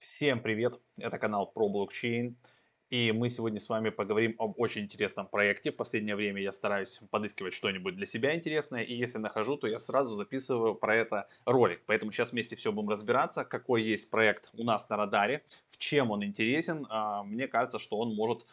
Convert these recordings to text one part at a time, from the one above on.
Всем привет! Это канал про блокчейн. И мы сегодня с вами поговорим об очень интересном проекте. В последнее время я стараюсь подыскивать что-нибудь для себя интересное. И если нахожу, то я сразу записываю про это ролик. Поэтому сейчас вместе все будем разбираться, какой есть проект у нас на радаре, в чем он интересен. Мне кажется, что он может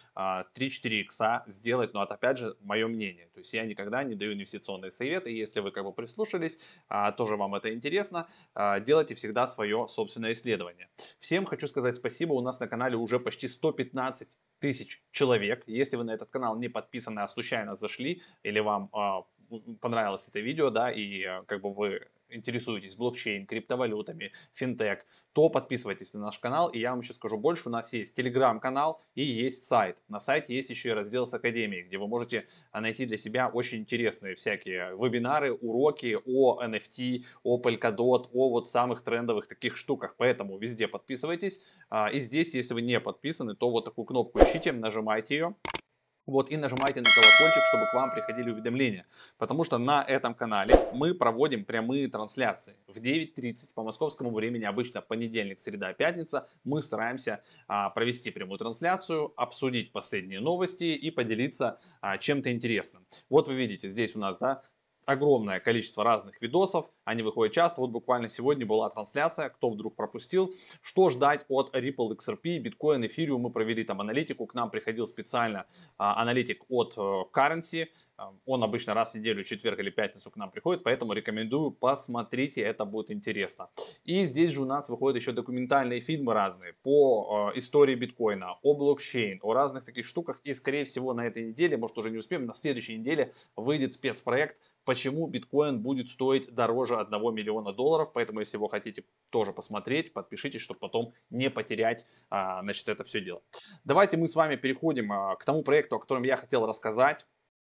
3-4 икса сделать, но это опять же мое мнение. То есть я никогда не даю инвестиционные советы. И если вы как бы прислушались, тоже вам это интересно, делайте всегда свое собственное исследование. Всем хочу сказать спасибо. У нас на канале уже почти 115 тысяч человек. Если вы на этот канал не подписаны, а случайно зашли, или вам понравилось это видео, да, и как бы вы интересуетесь блокчейн, криптовалютами, финтех, то подписывайтесь на наш канал. И я вам еще скажу больше. У нас есть телеграм-канал и есть сайт. На сайте есть еще и раздел с академией, где вы можете найти для себя очень интересные всякие вебинары, уроки о NFT, о Polkadot, о вот самых трендовых таких штуках. Поэтому везде подписывайтесь. И здесь, если вы не подписаны, то вот такую кнопку ищите, нажимайте ее. Вот, и нажимайте на колокольчик, чтобы к вам приходили уведомления. Потому что на этом канале мы проводим прямые трансляции. В 9:30 по московскому времени, обычно понедельник, среда, пятница, мы стараемся провести прямую трансляцию, обсудить последние новости и поделиться чем-то интересным. Вот вы видите, здесь у нас, да, огромное количество разных видосов, они выходят часто, вот буквально сегодня была трансляция, кто вдруг пропустил, что ждать от Ripple XRP, Bitcoin, Ethereum, мы провели там аналитику, к нам приходил специально аналитик от Currency. Он обычно раз в неделю, четверг или пятницу к нам приходит, поэтому рекомендую, посмотрите, это будет интересно. И здесь же у нас выходят еще документальные фильмы разные по истории биткоина, о блокчейн, о разных таких штуках. И скорее всего на этой неделе, может уже не успеем, на следующей неделе выйдет спецпроект, почему биткоин будет стоить дороже 1 миллиона долларов. Поэтому если вы хотите тоже посмотреть, подпишитесь, чтобы потом не потерять значит, это все дело. Давайте мы с вами переходим к тому проекту, о котором я хотел рассказать.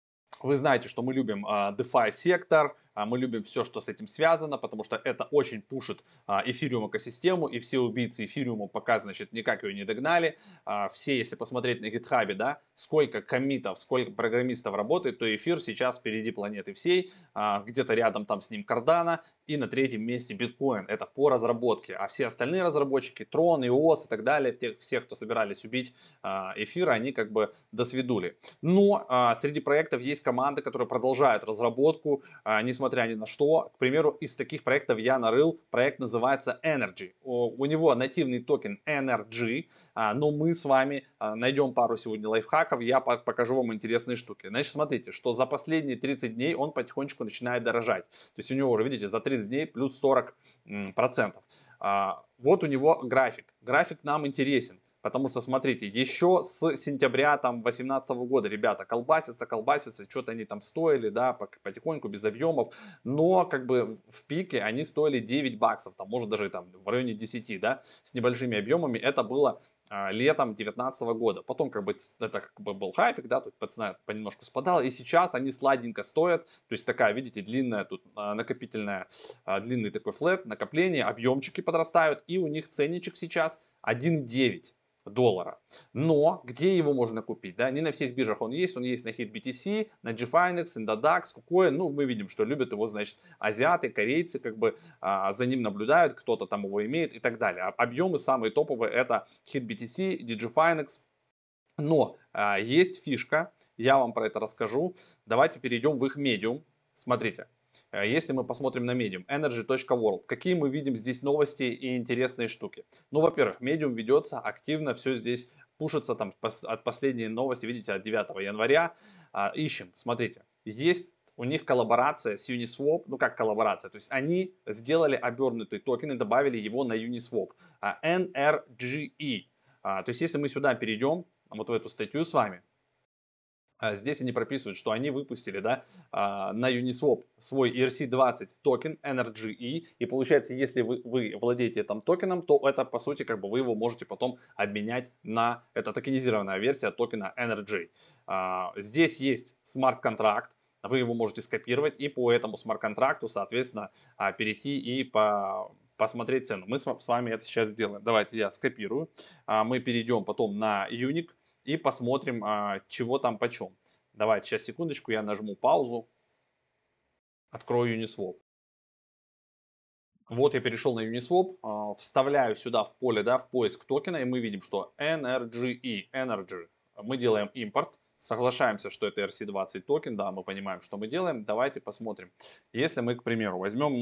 Вы знаете, что мы любим DeFi сектор, мы любим все, что с этим связано, потому что это очень пушит эфириум экосистему, и все убийцы эфириума пока, значит, никак ее не догнали. Все, если посмотреть на гитхабе, да, сколько коммитов, сколько программистов работает, то эфир сейчас впереди планеты всей, где-то рядом там с ним Cardano, и на третьем месте биткоин. Это по разработке. А все остальные разработчики, Tron, EOS и так далее, все, кто собирались убить эфир, они как бы досвидули. Но среди проектов есть команды, которые продолжают разработку, несмотря ни на что. К примеру, из таких проектов я нарыл, проект называется Energy. У него нативный токен NRG, но мы с вами найдем пару сегодня лайфхаков, я покажу вам интересные штуки. Значит, смотрите, что за последние 30 дней он потихонечку начинает дорожать. То есть у него уже, видите, за 30 дней плюс 40%. Вот у него график. График нам интересен. Потому что, смотрите, еще с сентября 2018 года ребята колбасятся, что-то они там стоили, да, потихоньку, без объемов, но как бы в пике они стоили 9 баксов, там, может даже там в районе 10, да, с небольшими объемами, это было летом 2019 года. Потом как бы это как бы был хайпик, да, тут цена понемножку спадала, и сейчас они сладенько стоят, то есть такая, видите, длинная тут накопительная, длинный такой флэт, накопление, объемчики подрастают, и у них ценничек сейчас 1,9 доллара. Но где его можно купить? Да? Не на всех биржах он есть на HitBTC, на GFinex, Indodax, KuCoin. Ну, мы видим, что любят его, значит, азиаты, корейцы, как бы за ним наблюдают, кто-то там его имеет и так далее. Объемы самые топовые это HitBTC, DigiFinex. Но есть фишка, я вам про это расскажу. Давайте перейдем в их медиум. Смотрите, если мы посмотрим на Medium, energy.world, какие мы видим здесь новости и интересные штуки? Ну, во-первых, Medium ведется активно, все здесь пушится там от последней новости, видите, от 9 января. Ищем, смотрите, есть у них коллаборация с Uniswap, ну как коллаборация, то есть они сделали обернутый токен и добавили его на Uniswap, NRGE. То есть если мы сюда перейдем, вот в эту статью с вами, здесь они прописывают, что они выпустили, да, на Uniswap свой ERC-20 токен NRGE. И получается, если вы владеете этим токеном, то это, по сути, как бы вы его можете потом обменять на, это токенизированная версия токена NRG. Здесь есть смарт-контракт, вы его можете скопировать и по этому смарт-контракту, соответственно, перейти и посмотреть цену. Мы с вами это сейчас сделаем. Давайте я скопирую. Мы перейдем потом на Unique и посмотрим, чего там почем. Давайте, сейчас секундочку, я нажму паузу, открою Uniswap. Вот я перешел на Uniswap, вставляю сюда в поле, да, в поиск токена, и мы видим, что Energy. Мы делаем импорт, соглашаемся, что это RC20 токен, да, мы понимаем, что мы делаем. Давайте посмотрим. Если мы, к примеру, возьмем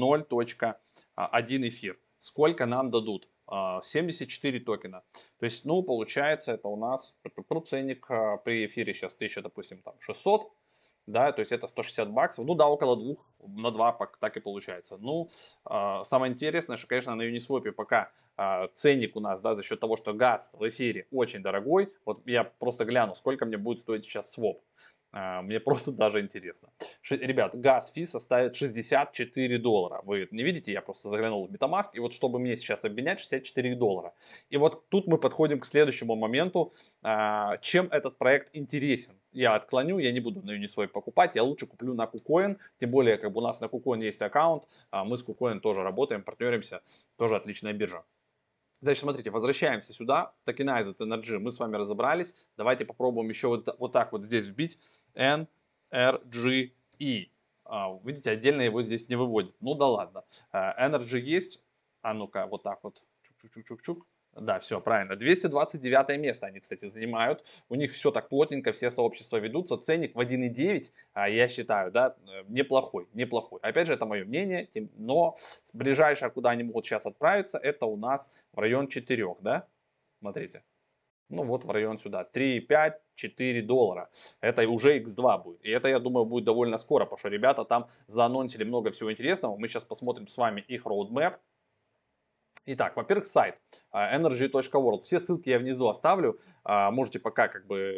0.1 эфир, сколько нам дадут? 74 токена. То есть, ну, получается, это у нас ценник при эфире сейчас 1000, допустим, там 600. Да, то есть это 160 баксов, ну да, около 2 на 2 так и получается. Ну, самое интересное, что, конечно, на Uniswap пока ценник у нас, да, за счет того, что газ в эфире очень дорогой, вот я просто гляну, сколько мне будет стоить сейчас своп. Мне просто даже интересно. Ребят, газ фи составит $64. Вы не видите, я просто заглянул в MetaMask, и вот чтобы мне сейчас обменять $64. И вот тут мы подходим к следующему моменту, чем этот проект интересен. Я отклоню, я не буду на Uniswap покупать, я лучше куплю на KuCoin, тем более, как бы у нас на KuCoin есть аккаунт, мы с KuCoin тоже работаем, партнеримся, тоже отличная биржа. Значит, смотрите, возвращаемся сюда, Tokenized Energy мы с вами разобрались, давайте попробуем еще вот так вот здесь вбить NRGE. Видите, отдельно его здесь не выводит, ну да ладно. Energy есть, а ну-ка, вот так вот, чук-чук-чук-чук. Да, все, правильно. 229 место они, кстати, занимают. У них все так плотненько, все сообщества ведутся. Ценник в 1,9, я считаю, да, неплохой, неплохой. Опять же, это мое мнение, но ближайшее, куда они могут сейчас отправиться, это у нас в район 4, да? Смотрите. Ну вот в район сюда. 3,5-4 доллара. Это уже x2 будет. И это, я думаю, будет довольно скоро, потому что ребята там заанонсили много всего интересного. Мы сейчас посмотрим с вами их roadmap. Итак, во-первых, сайт energy.world. Все ссылки я внизу оставлю. Можете пока как бы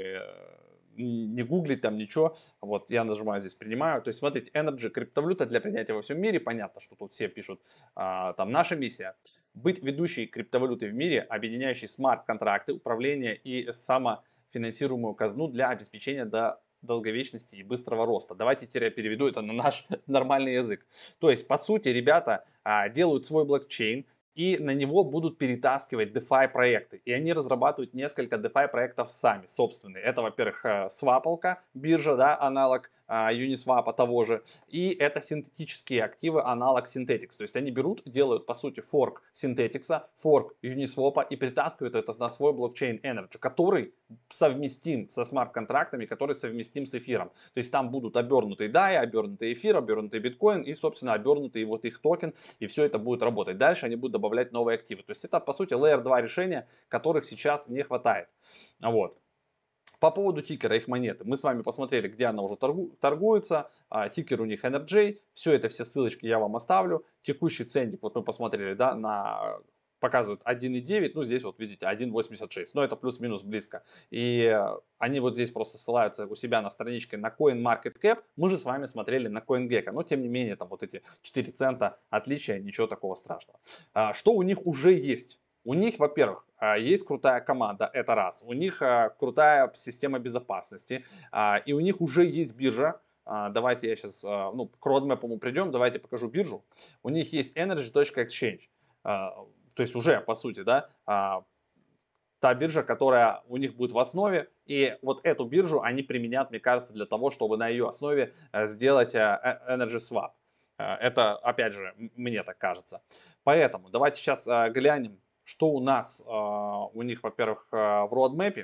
не гуглить там ничего. Вот я нажимаю здесь принимаю. То есть смотрите, Energy криптовалюта для принятия во всем мире. Понятно, что тут все пишут там наша миссия. Быть ведущей криптовалютой в мире, объединяющей смарт-контракты, управление и самофинансируемую казну для обеспечения долговечности и быстрого роста. Давайте теперь я переведу это на наш нормальный язык. То есть, по сути, ребята делают свой блокчейн, и на него будут перетаскивать DeFi проекты. И они разрабатывают несколько DeFi проектов сами, собственные. Это, во-первых, Swapalka, биржа, да, аналог Uniswap того же. И это синтетические активы, аналог Synthetix. То есть они берут, делают, по сути, форк Synthetix, форк Uniswap и притаскивают это на свой блокчейн Energy, который совместим со смарт-контрактами, который совместим с эфиром. То есть там будут обернутый DAI, обернутый эфир, обернутый биткоин и, собственно, обернутый вот их токен, и все это будет работать. Дальше они будут добавлять новые активы. То есть это, по сути, Layer 2 решения, которых сейчас не хватает. Вот. По поводу тикера их монеты. Мы с вами посмотрели, где она уже торгуется. Тикер у них NRJ. Все это, все ссылочки я вам оставлю. Текущий ценник, вот мы посмотрели, да, показывают 1,9, ну здесь вот видите 1,86, но это плюс-минус близко. И они вот здесь просто ссылаются у себя на страничке на CoinMarketCap, мы же с вами смотрели на CoinGecko, но тем не менее там вот эти 4 цента отличия, ничего такого страшного. Что у них уже есть? У них, во-первых, есть крутая команда, это раз. У них крутая система безопасности. И у них уже есть биржа. Давайте я сейчас, ну, к roadmap мы придем, давайте покажу биржу. У них есть energy.exchange. То есть уже, по сути, да, та биржа, которая у них будет в основе. И вот эту биржу они применят, мне кажется, для того, чтобы на ее основе сделать Energy Swap. Это, опять же, мне так кажется. Поэтому давайте сейчас глянем, что у нас, у них, во-первых, в roadmap.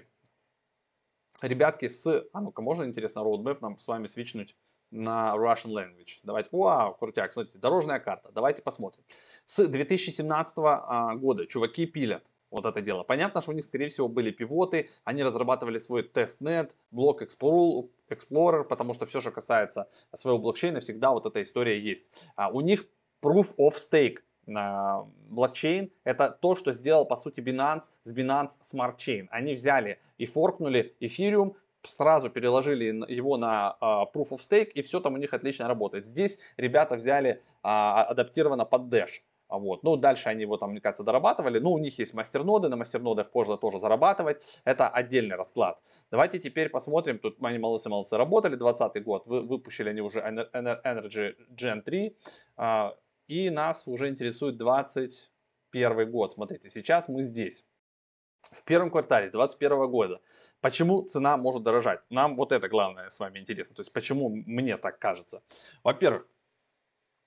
Ребятки а ну-ка, можно, интересно, roadmap нам с вами свичнуть на Russian language? Давайте, вау, крутяк, смотрите, дорожная карта, давайте посмотрим. С 2017 года чуваки пилят вот это дело. Понятно, что у них, скорее всего, были пивоты, они разрабатывали свой тестнет, блок Explorer, потому что все, что касается своего блокчейна, всегда вот эта история есть. У них Proof of Stake блокчейн, это то, что сделал по сути Binance с Binance Smart Chain. Они взяли и форкнули Ethereum, сразу переложили его на Proof of Stake, и все там у них отлично работает. Здесь ребята взяли адаптировано под Dash. Вот. Ну, дальше они его там, мне кажется, дорабатывали. Ну, у них есть мастерноды, на мастернодах можно тоже зарабатывать. Это отдельный расклад. Давайте теперь посмотрим. Тут они молодцы работали. 2020 год. Выпустили они уже Energy Gen 3. И нас уже интересует 2021 год. Смотрите, сейчас мы здесь. В первом квартале 2021 года. Почему цена может дорожать? Нам вот это главное с вами интересно. То есть, почему мне так кажется? Во-первых,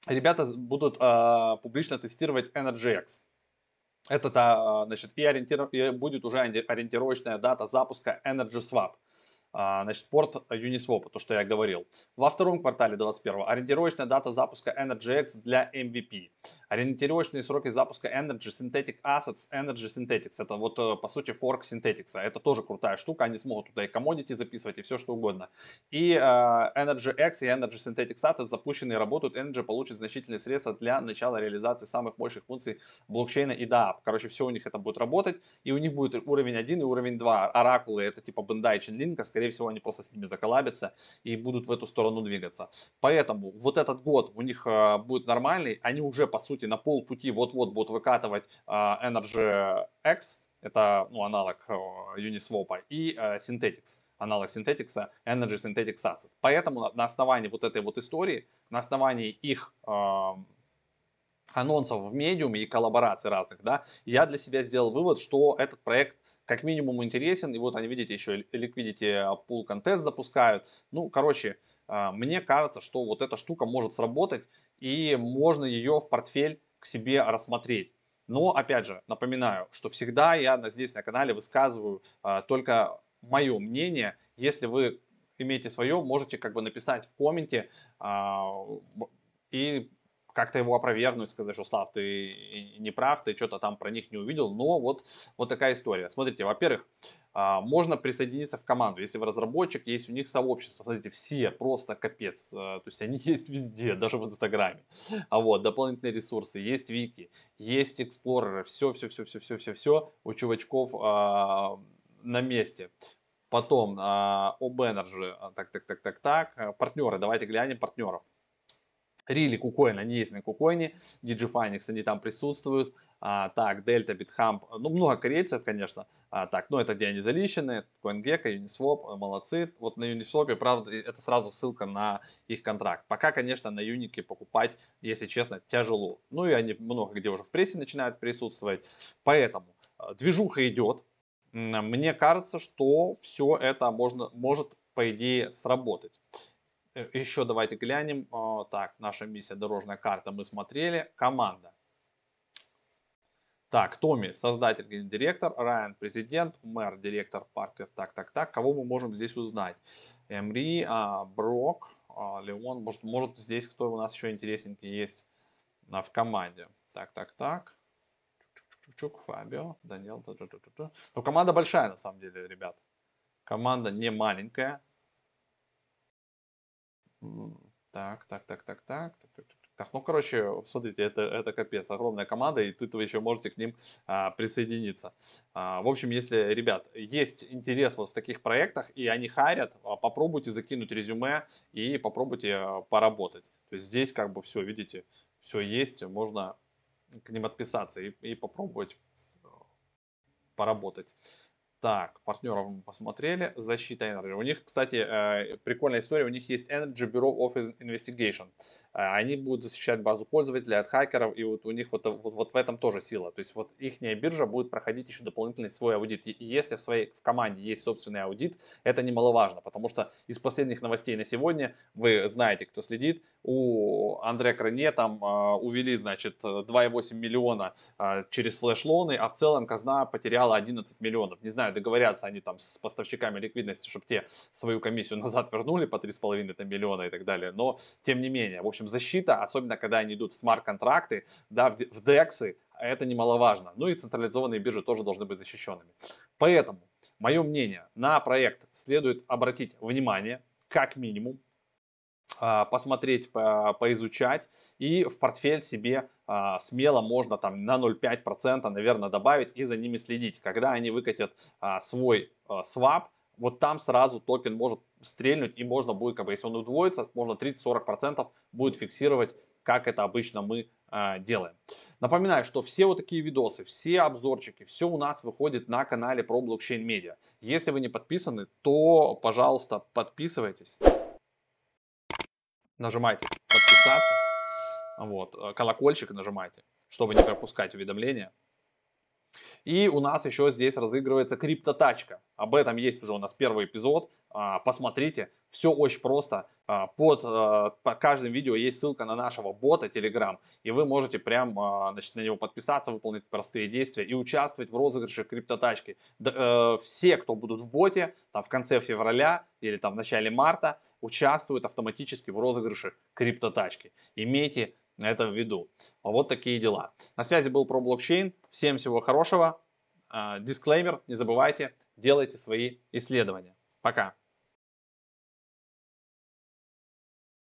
ребята будут публично тестировать EnergyX. Это, значит, и будет уже ориентировочная дата запуска EnergySwap. Значит, порт Uniswap, то, что я говорил. Во втором квартале 2021 ориентировочная дата запуска EnergyX для MVP. Ориентировочные сроки запуска Energy Synthetic Assets, Energy Synthetics. Это вот, по сути, форк Synthetix. Это тоже крутая штука. Они смогут туда и commodity записывать, и все что угодно. И Energy X и Energy Synthetic Assets запущены и работают. Energy получит значительные средства для начала реализации самых мощных функций блокчейна и DApp. Короче, все у них это будет работать. И у них будет уровень 1 и уровень 2. Оракулы это типа Бенда и Chainlink. Скорее всего, они просто с ними заколлабятся и будут в эту сторону двигаться. Поэтому вот этот год у них будет нормальный. Они уже, по сути, на полпути вот-вот будут выкатывать Energy X. Это аналог Uniswap и Synthetix. Аналог Synthetix, Energy Synthetic Assets. Поэтому на основании вот этой вот истории, на основании их анонсов в медиуме и коллабораций разных, да, я для себя сделал вывод, что этот проект как минимум интересен. И вот они, видите, еще Liquidity Pool Contest запускают. Ну, короче, мне кажется, что вот эта штука может сработать, и можно ее в портфель к себе рассмотреть. Но, опять же, напоминаю, что всегда я здесь на канале высказываю только мое мнение. Если вы имеете свое, можете как бы написать в комменте и как-то его опровергнуть, сказать, что Слав, ты не прав, ты что-то там про них не увидел. Но вот такая история. Смотрите, во-первых, можно присоединиться в команду. Если вы разработчик, есть у них сообщество. Смотрите, все просто капец. То есть они есть везде, даже в Инстаграме. А вот, дополнительные ресурсы, есть вики, есть эксплореры, все у чувачков на месте. Потом об Energy, партнеры, давайте глянем партнеров. Рили, KuCoin, они есть на KuCoin, DigiFinex, они там присутствуют. Так, Delta, BitHump, ну много корейцев, конечно. Так, ну это где они залищены, CoinGecko, Uniswap, молодцы. Вот на Uniswap, правда, это сразу ссылка на их контракт. Пока, конечно, на Юнике покупать, если честно, тяжело. Ну и они много где уже в прессе начинают присутствовать. Поэтому движуха идет. Мне кажется, что все это может, по идее, сработать. Еще давайте глянем. Так, наша миссия, дорожная карта мы смотрели. Команда. Так, Томми, создатель, гендиректор, Райан, президент, мэр, директор, Паркер. Так. Кого мы можем здесь узнать? Эмри, Брок, Леон. Может здесь кто у нас еще интересненький есть в команде. Так. Чук, Фабио, Даниэл. Ну, команда большая на самом деле, ребят. Команда не маленькая. Так, ну, короче, смотрите, это капец, огромная команда, и тут вы еще можете к ним присоединиться. В общем, если, ребят, есть интерес вот в таких проектах, и они харят, попробуйте закинуть резюме и попробуйте поработать. То есть здесь как бы все, видите, все есть, можно к ним отписаться и попробовать поработать. Так, партнеров мы посмотрели. Защита Energy. У них, кстати, прикольная история. У них есть Energy Bureau of Investigation. Они будут защищать базу пользователей от хакеров. И вот у них вот в этом тоже сила. То есть вот их биржа будет проходить еще дополнительный свой аудит. И если в команде есть собственный аудит, это немаловажно. Потому что из последних новостей на сегодня, вы знаете, кто следит, у Андре Кране там увели, значит, 2,8 миллиона через флеш-лоны, а в целом казна потеряла 11 миллионов. Не знаю, договорятся они там с поставщиками ликвидности, чтобы те свою комиссию назад вернули по 3,5 миллиона и так далее. Но, тем не менее, в общем, защита, особенно когда они идут в смарт-контракты, да, в DEX, это немаловажно. Ну и централизованные биржи тоже должны быть защищенными. Поэтому, мое мнение, на проект следует обратить внимание, как минимум, посмотреть, поизучать, и в портфель себе смело можно там на 0,5%, наверное, добавить и за ними следить. Когда они выкатят свой свап, вот там сразу токен может стрельнуть, и можно будет, как бы, если он удвоится, можно 30-40% будет фиксировать, как это обычно мы делаем. Напоминаю, что все вот такие видосы, все обзорчики, все у нас выходит на канале про блокчейн медиа. Если вы не подписаны, то, пожалуйста, подписывайтесь. Нажимайте подписаться, вот, колокольчик нажимайте, чтобы не пропускать уведомления. И у нас еще здесь разыгрывается криптотачка. Об этом есть уже у нас первый эпизод. Посмотрите, все очень просто. По каждым видео есть ссылка на нашего бота Telegram, и вы можете прям значит, на него подписаться, выполнить простые действия и участвовать в розыгрыше криптотачки. Все, кто будут в боте, там в конце февраля или там в начале марта, участвуют автоматически в розыгрыше криптотачки. Имейте это в виду. Вот такие дела. На связи был про блокчейн. Всем всего хорошего. Дисклеймер, не забывайте, делайте свои исследования. Пока.